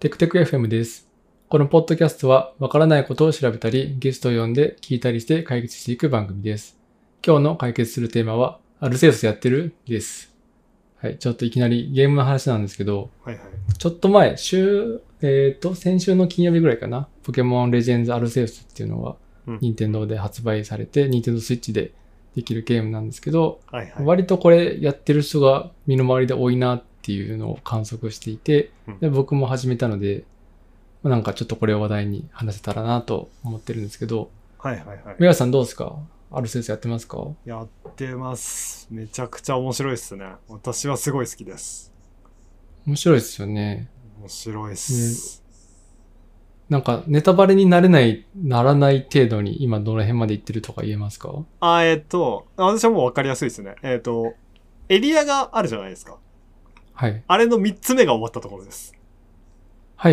テクテク FM です。このポッドキャストは、わからないことを調べたり、ゲストを呼んで聞いたりして解決していく番組です。今日の解決するテーマは、アルセウスやってるです。はい、ちょっといきなりゲームの話なんですけど、ちょっと前、先週の金曜日ぐらいかな、ポケモンレジェンズアルセウスっていうのが、任天堂で発売されて、任天堂スイッチでできるゲームなんですけど、割とこれやってる人が身の回りで多いなっていうのを観測していて、で僕も始めたので、なんかちょっとこれを話題に話せたらなと思ってるんですけど、メガさんどうですか？アルセウスやってますか？ やってます。めちゃくちゃ面白いっすね。私はすごい好きです。 面白いですよね。 面白いっす。 なんかネタバレにならない程度に今どの辺まで行ってるとか言えますか？ 私はもう分かりやすいですね。エリアがあるじゃないですか。 はい。 あれの3つ目が終わったところです。 はい。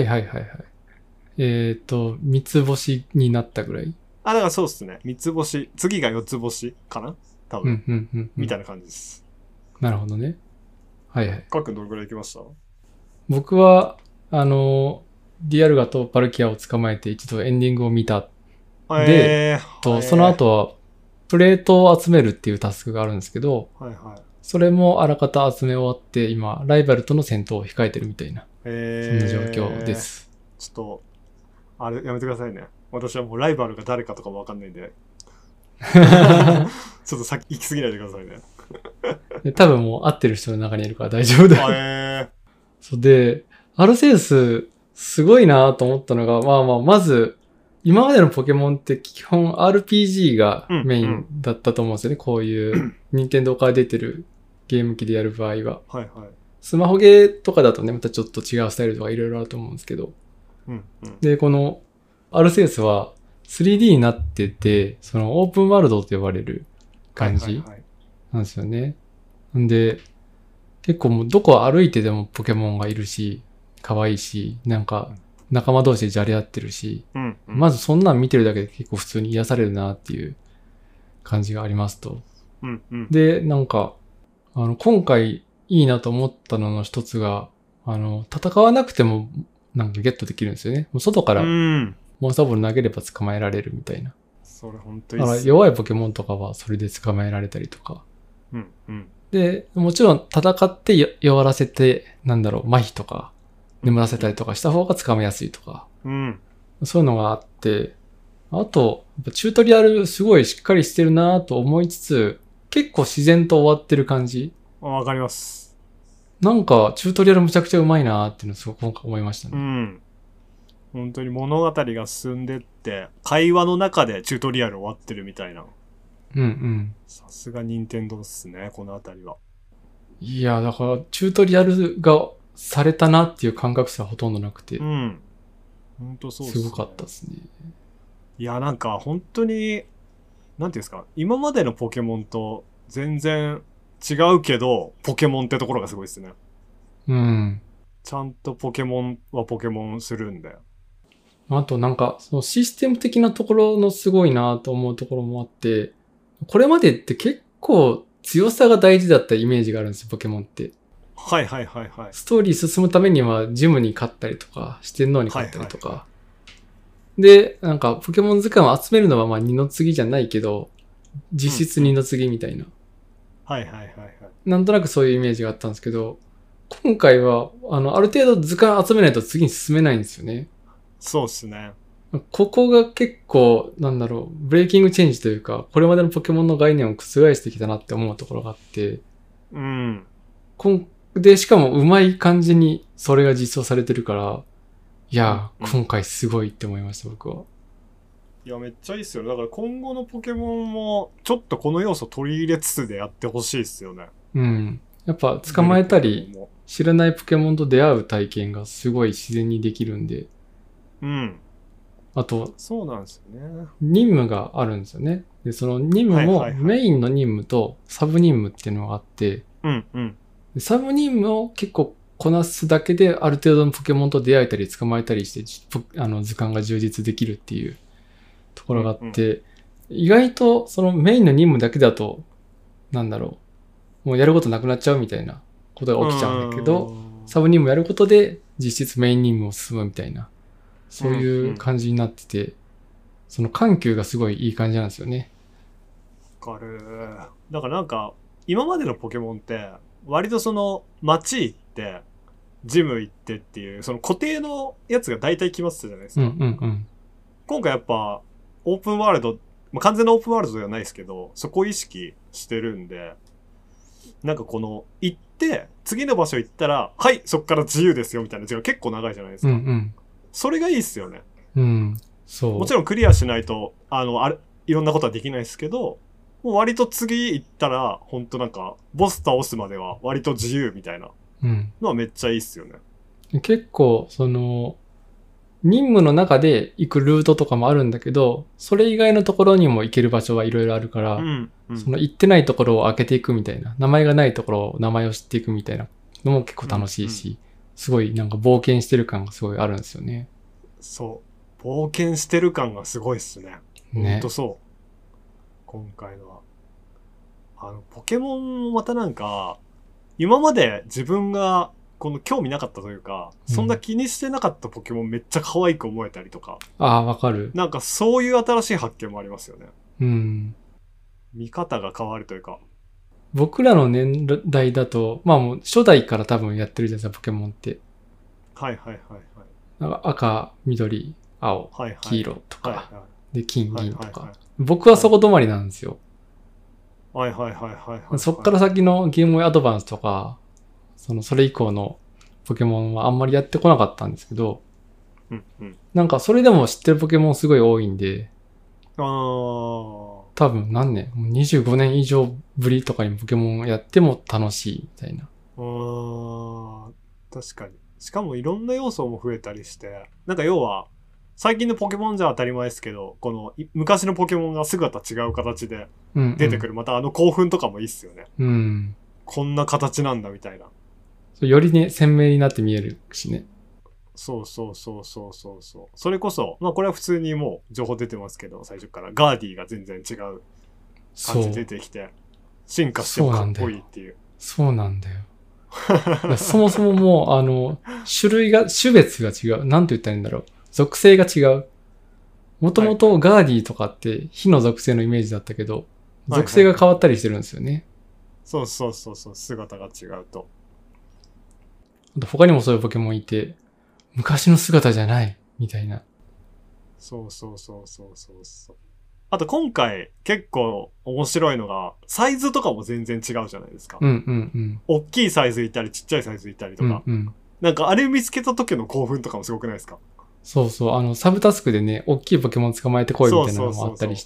三つ星になったぐらい？ だからそうっすね。三つ星。次が四つ星かな多分。みたいな感じです。 なるほどね。はい。 かっくんどれくらい行きました？ 僕は、ディアルガとパルキアを捕まえて一度エンディングを見た。その後は、プレートを集めるっていうタスクがあるんですけど、それもあらかた集め終わって、今、ライバルとの戦闘を控えてるみたいな、そんな状況です。 ちょっと、あれ、やめてくださいね。私はもうライバルが誰かとかもわかんないんで。ちょっと先行き過ぎないでくださいね。 多分もう合ってる人の中にいるから大丈夫だ。そうで、アルセウス、すごいなと思ったのが、まず、今までのポケモンって基本 RPG がメインだったと思うんですよね。こういう任天堂から出てるゲーム機でやる場合は。スマホゲーとかだとね、またちょっと違うスタイルとかいろいろあると思うんですけど。で、このアルセウスは 3D になってて、そのオープンワールドと呼ばれる感じなんですよね。んで、結構もうどこ歩いてでもポケモンがいるし、可愛いし、なんか仲間同士でじゃれ合ってるし、まずそんなん見てるだけで結構普通に癒されるなっていう感じがありますと。で、なんか、今回いいなと思ったのの一つが、戦わなくてもなんかゲットできるんですよね。もう外からモンスターボール投げれば捕まえられるみたいな。 それ本当にいいっすね。 だから弱いポケモンとかはそれで捕まえられたりとか。で、もちろん戦って弱らせて、麻痺とか眠らせたりとかした方が捕まえやすいとか。そういうのがあって、あと、チュートリアルすごいしっかりしてるなと思いつつ、結構自然と終わってる感じ。 わかります。 なんか、チュートリアルむちゃくちゃうまいなっていうのをすごく今回思いましたね。 本当に物語が進んでって、会話の中でチュートリアル終わってるみたいな。さすが任天堂っすね、このあたりは。 いや、だから、チュートリアルがされたなっていう感覚さはほとんどなくて。 本当そうっすね。 すごかったですね。 いや、なんか本当に、なんていうんですか、今までのポケモンと全然違うけど、ポケモンってところがすごいですね。ちゃんとポケモンはポケモンするんだよ。 あとなんか、そのシステム的なところのすごいなと思うところもあって、これまでって結構強さが大事だったイメージがあるんですよ、ポケモンって。ストーリー進むためにはジムに勝ったりとか、四天王に勝ったりとか。で、なんかポケモン図鑑を集めるのはまあ二の次じゃないけど、実質二の次みたいな。なんとなくそういうイメージがあったんですけど、今回は、ある程度図鑑集めないと次に進めないんですよね。 そうっすね。 ここが結構、ブレイキングチェンジというか、これまでのポケモンの概念を覆してきたなって思うところがあって、で、しかもうまい感じにそれが実装されてるから、いや、今回すごいって思いました、僕は。 いや、めっちゃいいっすよ。だから今後のポケモンも、ちょっとこの要素取り入れつつでやってほしいっすよね。 やっぱ捕まえたり、知らないポケモンと出会う体験がすごい自然にできるんで。あと、 そうなんですよね。 任務があるんですよね。で、その任務もメインの任務とサブ任務っていうのがあって、サブ任務を結構こなすだけである程度のポケモンと出会えたり捕まえたりして、図鑑が充実できるっていうところがあって、意外とそのメインの任務だけだと、もうやることなくなっちゃうみたいなことが起きちゃうんだけど、サブ任務やることで実質メイン任務を進むみたいな、そういう感じになってて、その緩急がすごいいい感じなんですよね。 わかる。だからなんか、今までのポケモンって、割とその、街行って、ジム行ってっていう、その固定のやつが大体決まってたじゃないですか。今回やっぱ、オープンワールド、まあ、完全なオープンワールドではないですけど、そこを意識してるんで、なんかこの、行って、次の場所行ったら、はい、そっから自由ですよみたいな時間結構長いじゃないですか。それがいいっすよね。 そう。 もちろんクリアしないと、いろんなことはできないですけど、もう割と次行ったら、ほんとなんか、ボス倒すまでは割と自由みたいなのはめっちゃいいっすよね。 結構、その、任務の中で行くルートとかもあるんだけど、それ以外のところにも行ける場所はいろいろあるから、その行ってないところを開けていくみたいな、名前がないところを名前を知っていくみたいなのも結構楽しいし、すごいなんか冒険してる感がすごいあるんですよね。 そう。冒険してる感がすごいっすね。ほんとそう。今回のは。ポケモンもまたなんか、今まで自分がこの興味なかったというか、そんな気にしてなかったポケモンめっちゃ可愛く思えたりとか。 わかる。 なんかそういう新しい発見もありますよね。見方が変わるというか。 僕らの年代だと、まあもう初代から多分やってるじゃないですか、ポケモンって。なんか赤、緑、青、黄色とか、で、金、銀とか。僕はそこ止まりなんですよ。そっから先のゲームボーイアドバンスとか、それ以降のポケモンはあんまりやってこなかったんですけど、なんかそれでも知ってるポケモンすごい多いんで、多分何年 ?25 年以上ぶりとかにポケモンやっても楽しいみたいな。 確かに。しかもいろんな要素も増えたりして、なんか要は、最近のポケモンじゃ当たり前ですけど、この昔のポケモンが姿違う形で出てくる。また興奮とかもいいっすよね。こんな形なんだみたいな。 よりね、鮮明になって見えるしね。 そう。それこそ、まあこれは普通にもう情報出てますけど、最初からガーディが全然違う感じ出てきて、進化してもかっこいいっていう。 そうなんだよ。そもそももう、種別が違う。なんて言ったらいいんだろう。属性が違う。もともとガーディとかって火の属性のイメージだったけど、属性が変わったりしてるんですよね。 そう。姿が違うと。 あと他にもそういうポケモンいて、昔の姿じゃない、みたいな。 そう。あと今回結構面白いのが、サイズとかも全然違うじゃないですか。大きいサイズいたりちっちゃいサイズいたりとか。なんかあれ見つけた時の興奮とかもすごくないですか？ そう。サブタスクでね、大きいポケモン捕まえてこいみたいなのもあったりして。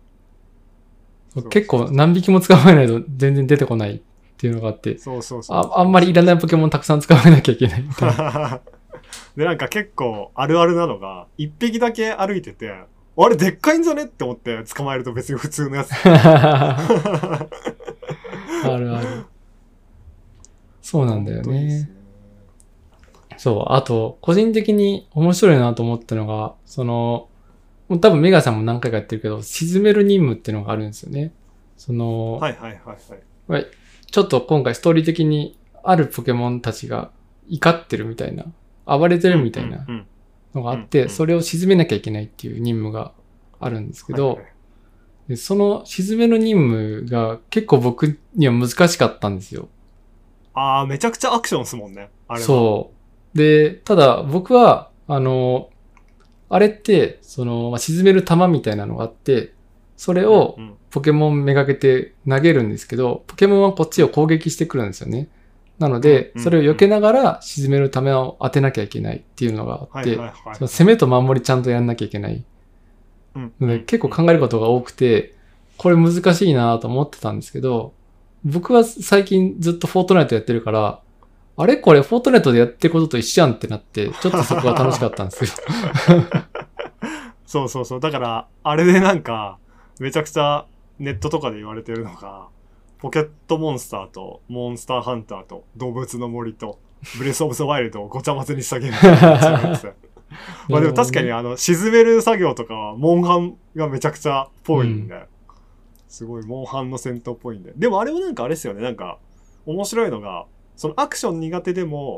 結構何匹も捕まえないと全然出てこないっていうのがあって。あんまりいらないポケモンたくさん捕まえなきゃいけないみたいな。 で、なんか結構あるあるなのが、一匹だけ歩いてて、あれでっかいんじゃねって思って捕まえると別に普通のやつ。 あるある。そうなんだよね。そう。あと、個人的に面白いなと思ったのが、もう多分メガさんも何回かやってるけど、沈める任務っていうのがあるんですよね。ちょっと今回ストーリー的にあるポケモンたちが怒ってるみたいな、暴れてるみたいなのがあって、それを沈めなきゃいけないっていう任務があるんですけど、でその沈める任務が結構僕には難しかったんですよ。 めちゃくちゃアクションですもんね。あれは。 そう。で、ただ僕は、あれって、沈める球みたいなのがあって、それをポケモンめがけて投げるんですけど、ポケモンはこっちを攻撃してくるんですよね。なので、それを避けながら沈める球を当てなきゃいけないっていうのがあって、攻めと守りちゃんとやんなきゃいけない。ので結構考えることが多くて、これ難しいなと思ってたんですけど、僕は最近ずっとフォートナイトやってるから、あれこれフォートナイトでやってることと一緒やんってなって、ちょっとそこが楽しかったんですよ。 そう。だから、あれでなんか、めちゃくちゃネットとかで言われてるのが、ポケットモンスターとモンスターハンターと動物の森とブレスオブザワイルドをごちゃ混ぜにしたゲームなんですよ。まあでも確かに沈める作業とかはモンハンがめちゃくちゃぽいんで、すごいモンハンの戦闘っぽいんで。でもあれはなんかあれですよね、なんか面白いのが、そのアクション苦手でも、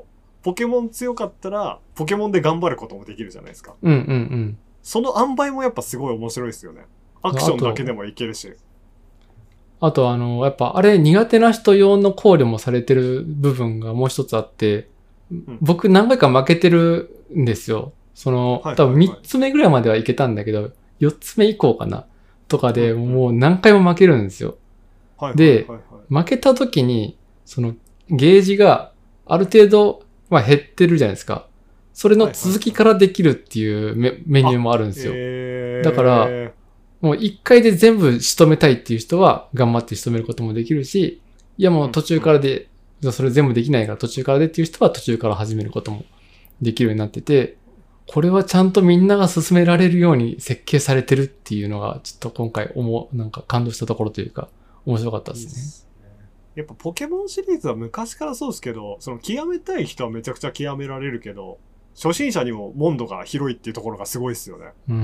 ポケモン強かったら、ポケモンで頑張ることもできるじゃないですか。 うんうんうん。 その塩梅もやっぱすごい面白いですよね。アクションだけでもいけるし。 あとやっぱあれ苦手な人用の考慮もされてる部分がもう一つあって、僕何回か負けてるんですよ。多分3つ目ぐらいまではいけたんだけど、4つ目以降かなとかでもう何回も負けるんですよ。で、負けた時に、ゲージがある程度、減ってるじゃないですか。それの続きからできるっていうメニューもあるんですよ。だから、もう1回で全部仕留めたいっていう人は頑張って仕留めることもできるし、いやもう途中からで、それ全部できないから途中からでっていう人は途中から始めることもできるようになってて、これはちゃんとみんなが進められるように設計されてるっていうのが、ちょっと今回なんか感動したところというか、面白かったですね。 やっぱポケモンシリーズは昔からそうですけど、極めたい人はめちゃくちゃ極められるけど、初心者にも門戸が広いっていうところがすごいですよね。 うん。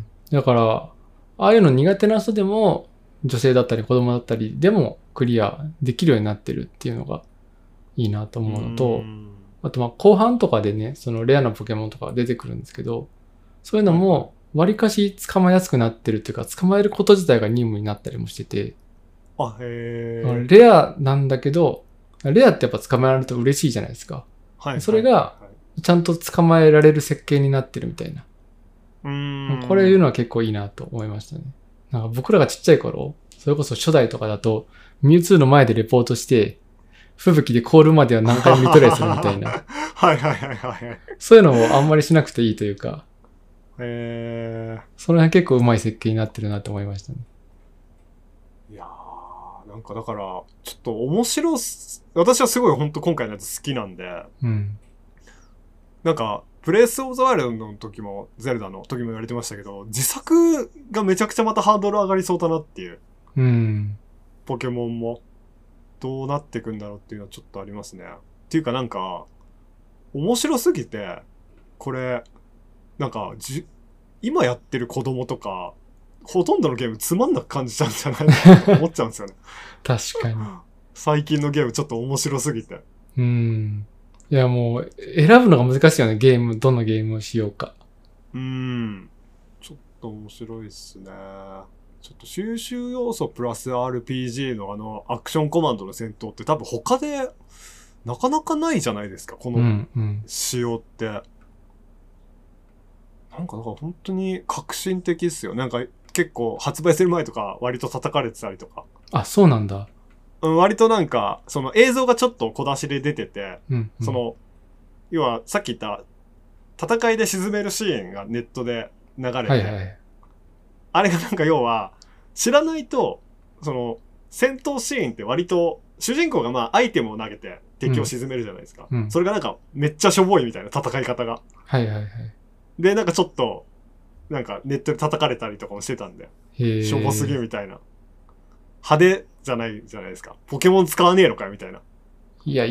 だから、ああいうの苦手な人でも、女性だったり子供だったりでもクリアできるようになってるっていうのがいいなと思うのと、あと後半とかでね、レアなポケモンとか出てくるんですけど、そういうのも割かし捕まえやすくなってるっていうか、捕まえること自体が任務になったりもしてて、レアなんだけど、レアってやっぱ捕まえられると嬉しいじゃないですか。それがちゃんと捕まえられる設計になってるみたいな。これ言うのは結構いいなと思いましたね。なんか僕らがちっちゃい頃、それこそ初代とかだと、ミュウツーの前でレポートして、吹雪で凍るまでは何回もリトライするみたいな。そういうのをあんまりしなくていいというか、その辺結構うまい設計になってるなと思いましたね。 いやー、なんかだから、ちょっと私はすごい本当今回のやつ好きなんで、なんか、ブレイスオブザワイルドの時も、ゼルダの時も言われてましたけど、自作がめちゃくちゃまたハードル上がりそうだなっていう。ポケモンも、どうなっていくんだろうっていうのはちょっとありますね。っていうかなんか、面白すぎて、これ、なんか、今やってる子供とか、ほとんどのゲームつまんなく感じちゃうんじゃないかと思っちゃうんですよね。 確かに。最近のゲームちょっと面白すぎて。 いやもう、選ぶのが難しいよね、どのゲームをしようか。 ちょっと面白いっすね。ちょっと収集要素プラス RPG のアクションコマンドの戦闘って多分他でなかなかないじゃないですか、この仕様って。なんかだから本当に革新的っすよ。なんか結構発売する前とか割と叩かれてたりとか。 あ、そうなんだ。 割となんか、映像がちょっと小出しで出てて、要はさっき言った戦いで沈めるシーンがネットで流れて、あれがなんか要は、知らないと、戦闘シーンって割と、主人公がアイテムを投げて敵を沈めるじゃないですか。それがなんかめっちゃしょぼいみたいな戦い方が。で、なんかちょっと、なんかネットで叩かれたりとかもしてたんで、しょぼすぎみたいな。派手じゃないじゃないですか。ポケモン使わねえのかよみたいな。 いや。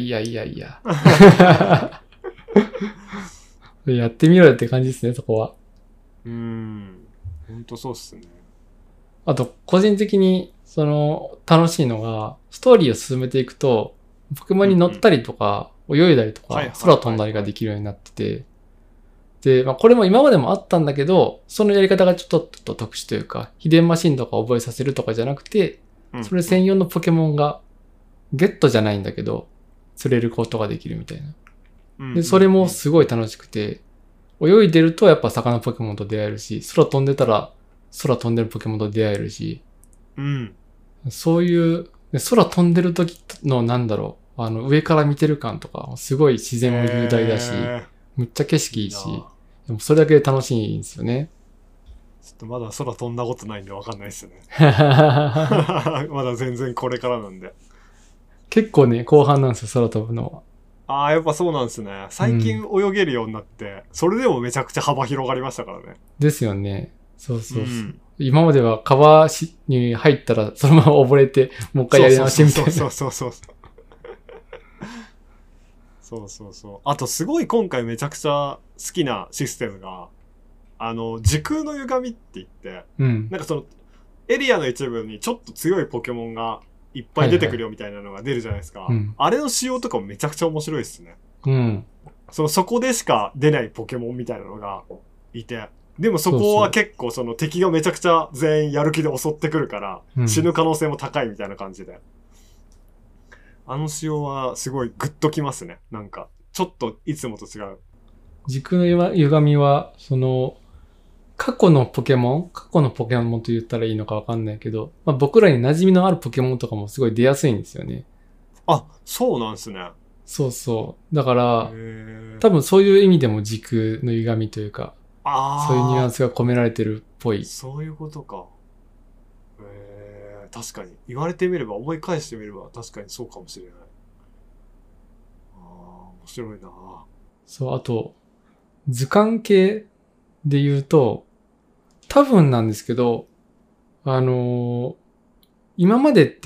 やってみろよって感じですね、そこは。 ほんとそうっすね。 あと、個人的に、楽しいのが、ストーリーを進めていくと、ポケモンに乗ったりとか、泳いだりとか、空飛んだりができるようになってて、で、これも今までもあったんだけど、そのやり方がちょっと特殊というか、秘伝マシンとか覚えさせるとかじゃなくて、それ専用のポケモンが、ゲットじゃないんだけど、釣れることができるみたいな。で、それもすごい楽しくて、泳いでるとやっぱ魚ポケモンと出会えるし、空飛んでたら空飛んでるポケモンと出会えるし、そういう、空飛んでる時の上から見てる感とか、すごい自然も雄大だし、めっちゃ景色いいし、でもそれだけで楽しいんですよね。 ちょっとまだ空飛んだことないんでわかんないですよね。まだ全然これからなんで。 結構ね、後半なんですよ、空飛ぶのは。 ああ、やっぱそうなんですね。最近泳げるようになって、それでもめちゃくちゃ幅広がりましたからね。 ですよね。そう。今までは川に入ったらそのまま溺れて、もう一回やり直しみたいな。 そう。あとすごい今回めちゃくちゃ好きなシステムが、時空の歪みって言って、なんかエリアの一部にちょっと強いポケモンがいっぱい出てくるよみたいなのが出るじゃないですか。あれの仕様とかもめちゃくちゃ面白いですね。 うん。 そこでしか出ないポケモンみたいなのがいて、でもそこは結構その敵がめちゃくちゃ全員やる気で襲ってくるから、死ぬ可能性も高いみたいな感じで。あの仕様はすごいグッときますね。なんか、ちょっといつもと違う。 時空の歪みは、過去のポケモンと言ったらいいのかわかんないけど、まあ、僕らに馴染みのあるポケモンとかもすごい出やすいんですよね。 あ、そうなんすね。 そうそう。だから、多分そういう意味でも時空の歪みというか、そういうニュアンスが込められてるっぽい。 そういうことか。確かに。言われてみれば、思い返してみれば、確かにそうかもしれない。面白いな。 そう、あと、図鑑系で言うと、多分なんですけど、今までって、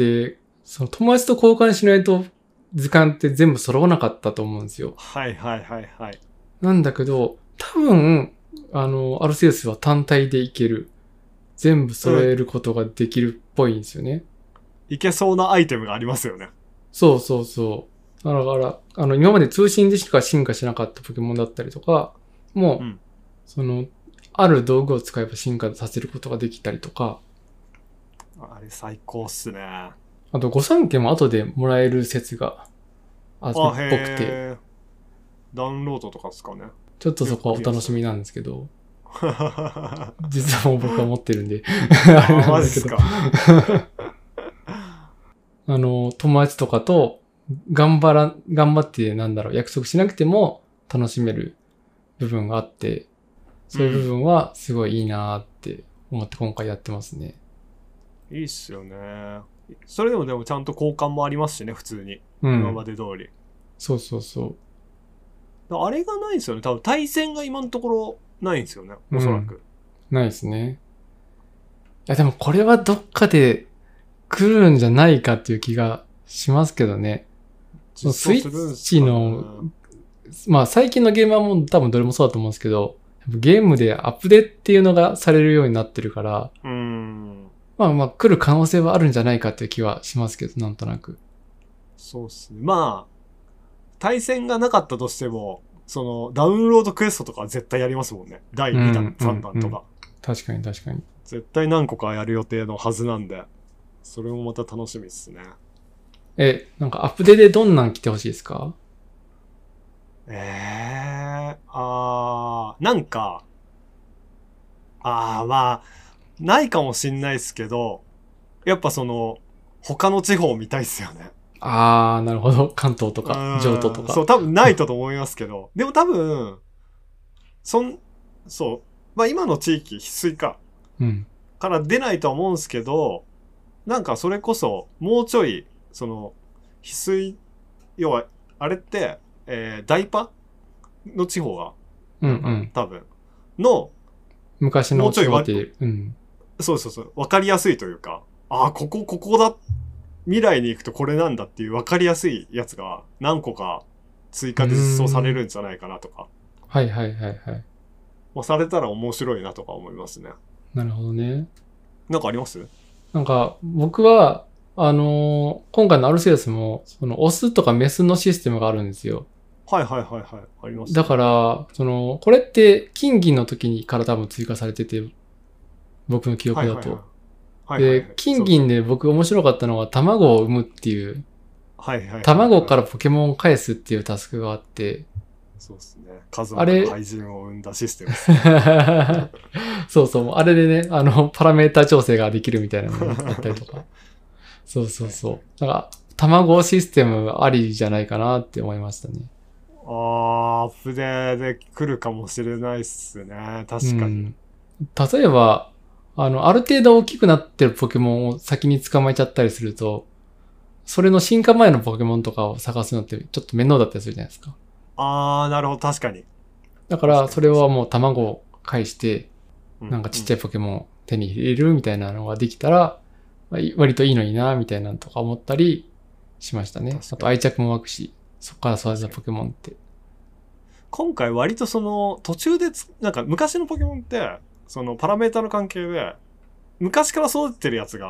その友達と交換しないと図鑑って全部揃わなかったと思うんですよ。 はいはいはいはい。 なんだけど、多分、アルセウスは単体でいける。全部揃えることができるっぽいんですよね。 いけそうなアイテムがありますよね。 そうそうそう。だから、今まで通信でしか進化しなかったポケモンだったりとか、もう、ある道具を使えば進化させることができたりとか。 あれ最高っすね。あと、御三家も後でもらえる説があるっぽくて。 ダウンロードとかですかね。 ちょっとそこはお楽しみなんですけど。実はもう僕は持ってるんであれなんですけど。 友達とかと頑張って約束しなくても楽しめる部分があって、そういう部分はすごいいいなーって思って今回やってますね。 いいっすよね。それでもちゃんと交換もありますしね、普通に。今まで通り。 そうそうそう。 あれがないんですよね。多分対戦が今のところないんですよね。おそらく。 ないですね。いやでもこれはどっかで来るんじゃないかっていう気がしますけどね。スイッチの、まあ最近のゲームはもう多分どれもそうだと思うんですけど、ゲームでアップデっていうのがされるようになってるから、まあ来る可能性はあるんじゃないかっていう気はしますけど、なんとなく。 そうっすね。まあ、対戦がなかったとしても、ダウンロードクエストとかは絶対やりますもんね。第2弾、3弾とか。 確かに確かに。 絶対何個かやる予定のはずなんで、それもまた楽しみっすね。 なんかアップデでどんなん来てほしいですか？ なんか、まあ、ないかもしんないっすけど、やっぱ他の地方見たいっすよね。 なるほど。関東とか、上都とか。 そう、多分ないと思いますけど。でも多分、まあ今の地域、翡翠か。から出ないとは思うんすけど、なんかそれこそ、もうちょい、翡翠、要は、あれって、ダイパの地方が、多分、 昔の地方って、 そうそうそう、わかりやすいというか、ここだ、未来に行くとこれなんだっていうわかりやすいやつが何個か追加で実装されるんじゃないかなとか。 はいはいはいはい。 されたら面白いなとか思いますね。 なるほどね。 なんかあります？ なんか僕は、今回のアルセウスも、オスとかメスのシステムがあるんですよ。 はいはいはいはい。あります、ね。 だから、これって金銀の時にから多分追加されてて、僕の記憶だと。で、金銀で僕面白かったのは卵を産むっていう、卵からポケモンを返すっていうタスクがあって、 そうですね。数の怪人を生んだシステムですね。 そうそう、あれでね、パラメータ調整ができるみたいなのがあったりとか。そうそうそう。だから、卵システムありじゃないかなって思いましたね。 アップデで来るかもしれないっすね。確かに。 例えば、ある程度大きくなってるポケモンを先に捕まえちゃったりすると、それの進化前のポケモンとかを探すのってちょっと面倒だったりするじゃないですか。 なるほど、確かに。 だから、それはもう卵を返して、なんかちっちゃいポケモンを手に入れるみたいなのができたら、割といいのにな、みたいなのとか思ったりしましたね。あと愛着も湧くし、そこから育てたポケモンって。 今回割と途中でなんか昔のポケモンって、パラメータの関係で、昔から育ててるやつが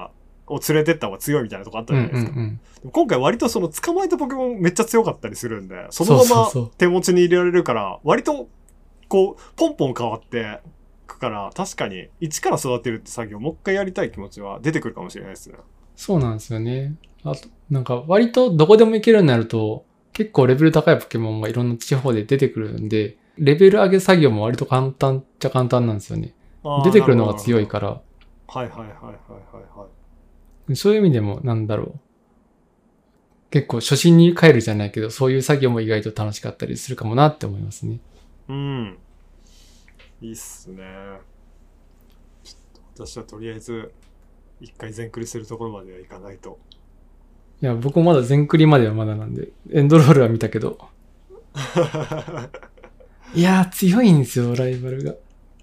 を連れてった方が強いみたいなとこあったじゃないですか。今回割とその捕まえたポケモンめっちゃ強かったりするんで、そのまま手持ちに入れられるから、割とこう、ポンポン変わってくから、確かに一から育てるって作業をもう一回やりたい気持ちは出てくるかもしれないですね。 そうなんですよね。あと、なんか割とどこでも行けるようになると、結構レベル高いポケモンがいろんな地方で出てくるんで、レベル上げ作業も割と簡単っちゃ簡単なんですよね。出てくるのが強いから。 はいはいはいはいはい。 そういう意味でも、なんだろう。結構初心に帰るじゃないけど、そういう作業も意外と楽しかったりするかもなって思いますね。 うん。いいっすね。ちょっと私はとりあえず、一回全クリするところまではいかないと。 いや、僕まだ全クリまではまだなんで、エンドロールは見たけど。いやー、強いんですよ、ライバルが。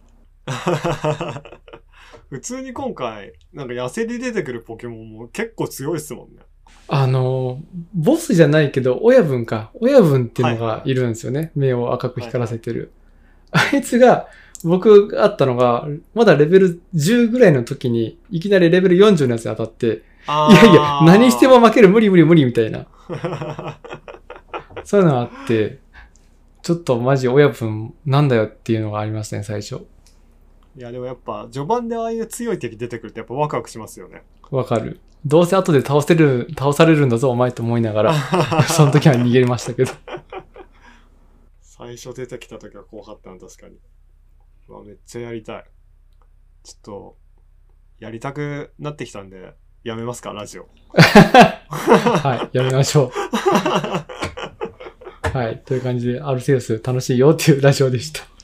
普通に今回、なんか痩せで出てくるポケモンも結構強いっすもんね。 ボスじゃないけど、親分か。親分っていうのがいるんですよね。目を赤く光らせてる。あいつが、僕があったのが、まだレベル10ぐらいの時に、いきなりレベル40のやつに当たって、いやいや、何しても負ける、無理無理無理みたいな。そういうのがあって、ちょっとマジ親分なんだよっていうのがありましたね、最初。 いや、でもやっぱ、序盤でああいう強い敵出てくるとやっぱワクワクしますよね。 わかる。どうせ後で倒されるんだぞ、お前と思いながら、その時は逃げましたけど。 最初出てきた時は怖かったな、確かに。めっちゃやりたい。ちょっと、やりたくなってきたんで、やめますか、ラジオ。 はい、やめましょう。はい、という感じで、アルセウス楽しいよっていうラジオでした。